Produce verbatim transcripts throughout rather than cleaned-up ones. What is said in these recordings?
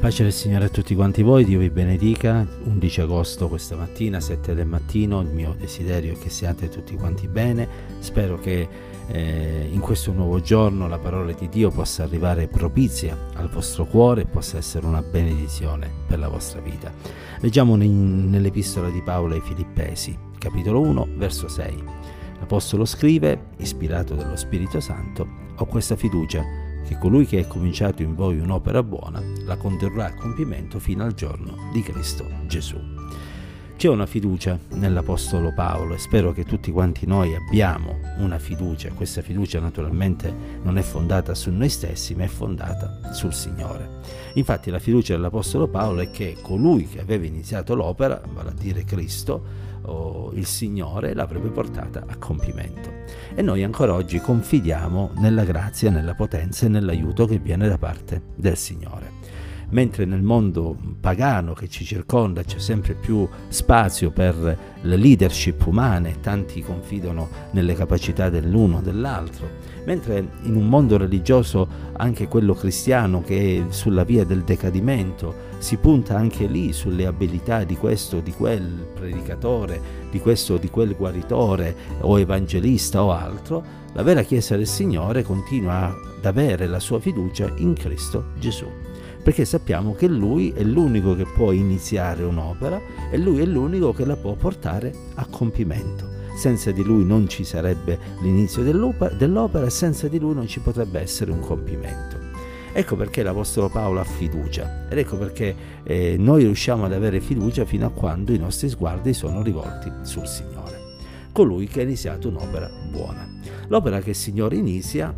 Pace del Signore a tutti quanti voi, Dio vi benedica. undici agosto questa mattina, sette del mattino, il mio desiderio è che siate tutti quanti bene. Spero che eh, in questo nuovo giorno la parola di Dio possa arrivare propizia al vostro cuore e possa essere una benedizione per la vostra vita. Leggiamo in, nell'epistola di Paolo ai Filippesi, capitolo uno, verso sei. L'Apostolo scrive, ispirato dallo Spirito Santo: ho questa fiducia che colui che ha cominciato in voi un'opera buona la condurrà a compimento fino al giorno di Cristo Gesù. C'è una fiducia nell'Apostolo Paolo e spero che tutti quanti noi abbiamo una fiducia. Questa fiducia naturalmente non è fondata su noi stessi, ma è fondata sul Signore. Infatti la fiducia dell'Apostolo Paolo è che colui che aveva iniziato l'opera, vale a dire Cristo, o il Signore, l'avrebbe portata a compimento. E noi ancora oggi confidiamo nella grazia, nella potenza e nell'aiuto che viene da parte del Signore. Mentre nel mondo pagano che ci circonda c'è sempre più spazio per le leadership umane, tanti confidano nelle capacità dell'uno o dell'altro, mentre in un mondo religioso, anche quello cristiano, che è sulla via del decadimento, si punta anche lì sulle abilità di questo o di quel predicatore, di questo o di quel guaritore o evangelista o altro, la vera Chiesa del Signore continua ad avere la sua fiducia in Cristo Gesù. Perché sappiamo che Lui è l'unico che può iniziare un'opera e Lui è l'unico che la può portare a compimento. Senza di Lui non ci sarebbe l'inizio dell'opera e senza di Lui non ci potrebbe essere un compimento. Ecco perché l'Apostolo Paolo ha fiducia ed ecco perché eh, noi riusciamo ad avere fiducia fino a quando i nostri sguardi sono rivolti sul Signore, colui che ha iniziato un'opera buona. L'opera che il Signore inizia,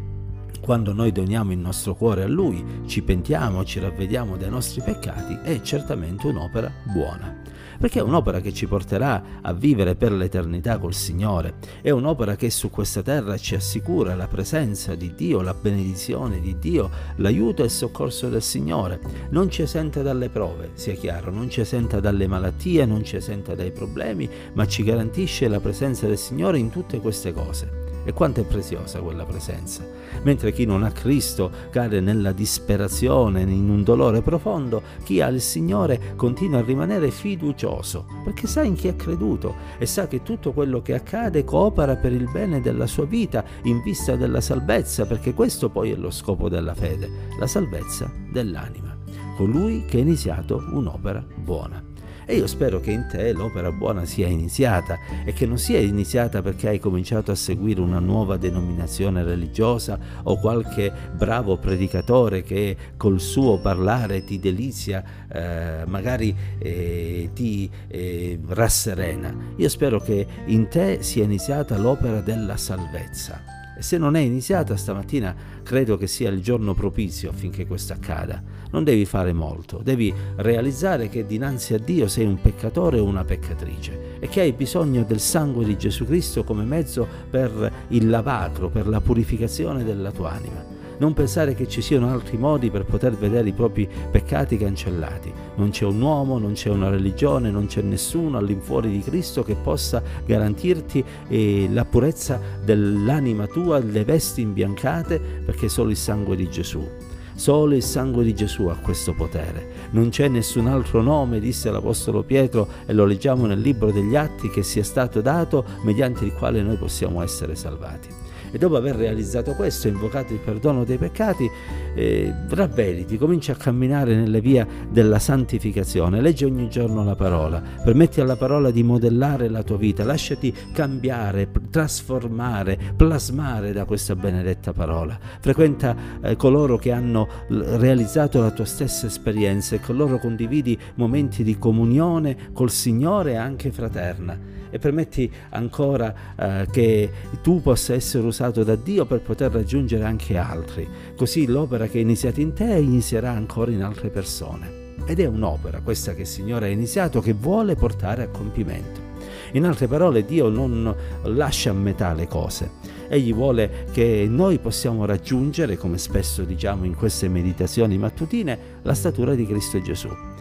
quando noi doniamo il nostro cuore a Lui, ci pentiamo, ci ravvediamo dai nostri peccati, è certamente un'opera buona. Perché è un'opera che ci porterà a vivere per l'eternità col Signore. È un'opera che su questa terra ci assicura la presenza di Dio, la benedizione di Dio, l'aiuto e il soccorso del Signore. Non ci esenta dalle prove, sia chiaro, non ci esenta dalle malattie, non ci esenta dai problemi, ma ci garantisce la presenza del Signore in tutte queste cose. E quanto è preziosa quella presenza. Mentre chi non ha Cristo cade nella disperazione, in un dolore profondo, chi ha il Signore continua a rimanere fiducioso, perché sa in chi ha creduto e sa che tutto quello che accade coopera per il bene della sua vita in vista della salvezza, perché questo poi è lo scopo della fede, la salvezza dell'anima. Colui che ha iniziato un'opera buona. E io spero che in te l'opera buona sia iniziata e che non sia iniziata perché hai cominciato a seguire una nuova denominazione religiosa o qualche bravo predicatore che col suo parlare ti delizia, eh, magari eh, ti eh, rasserena. Io spero che in te sia iniziata l'opera della salvezza. E se non è iniziata stamattina, credo che sia il giorno propizio affinché questo accada. Non devi fare molto, devi realizzare che dinanzi a Dio sei un peccatore o una peccatrice e che hai bisogno del sangue di Gesù Cristo come mezzo per il lavacro, per la purificazione della tua anima. Non pensare che ci siano altri modi per poter vedere i propri peccati cancellati. Non c'è un uomo, non c'è una religione, non c'è nessuno all'infuori di Cristo che possa garantirti eh, la purezza dell'anima tua, le vesti imbiancate, perché solo il sangue di Gesù. Solo il sangue di Gesù ha questo potere. Non c'è nessun altro nome, disse l'Apostolo Pietro, e lo leggiamo nel libro degli Atti, che sia stato dato mediante il quale noi possiamo essere salvati. E dopo aver realizzato questo, invocato il perdono dei peccati, eh, ravvediti, comincia a camminare nelle vie della santificazione. Leggi ogni giorno la parola, permetti alla parola di modellare la tua vita, lasciati cambiare, trasformare, plasmare da questa benedetta parola. Frequenta eh, coloro che hanno realizzato la tua stessa esperienza e con loro condividi momenti di comunione col Signore anche fraterna. E permetti ancora eh, che tu possa essere usato da Dio per poter raggiungere anche altri. Così l'opera che è iniziata in te inizierà ancora in altre persone. Ed è un'opera, questa che il Signore ha iniziato, che vuole portare a compimento. In altre parole, Dio non lascia a metà le cose. Egli vuole che noi possiamo raggiungere, come spesso diciamo in queste meditazioni mattutine, la statura di Cristo Gesù.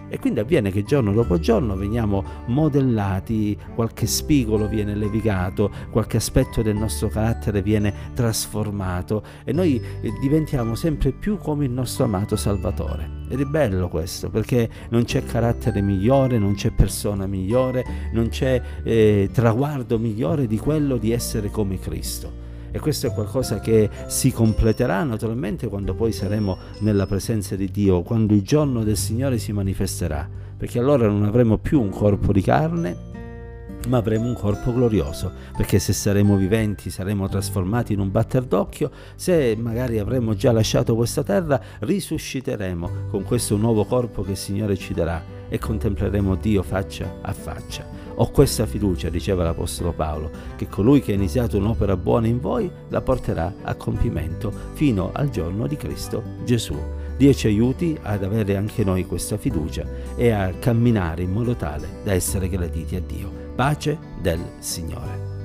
E quindi avviene che giorno dopo giorno veniamo modellati, qualche spigolo viene levigato, qualche aspetto del nostro carattere viene trasformato e noi diventiamo sempre più come il nostro amato Salvatore. Ed è bello questo, perché non c'è carattere migliore, non c'è persona migliore, non c'è eh, traguardo migliore di quello di essere come Cristo. E questo è qualcosa che si completerà naturalmente quando poi saremo nella presenza di Dio, quando il giorno del Signore si manifesterà, perché allora non avremo più un corpo di carne, ma avremo un corpo glorioso, perché se saremo viventi saremo trasformati in un batter d'occhio, se magari avremo già lasciato questa terra risusciteremo con questo nuovo corpo che il Signore ci darà e contempleremo Dio faccia a faccia. Ho questa fiducia, diceva l'Apostolo Paolo, che colui che ha iniziato un'opera buona in voi la porterà a compimento fino al giorno di Cristo Gesù. Dio ci aiuti ad avere anche noi questa fiducia e a camminare in modo tale da essere graditi a Dio. Pace del Signore.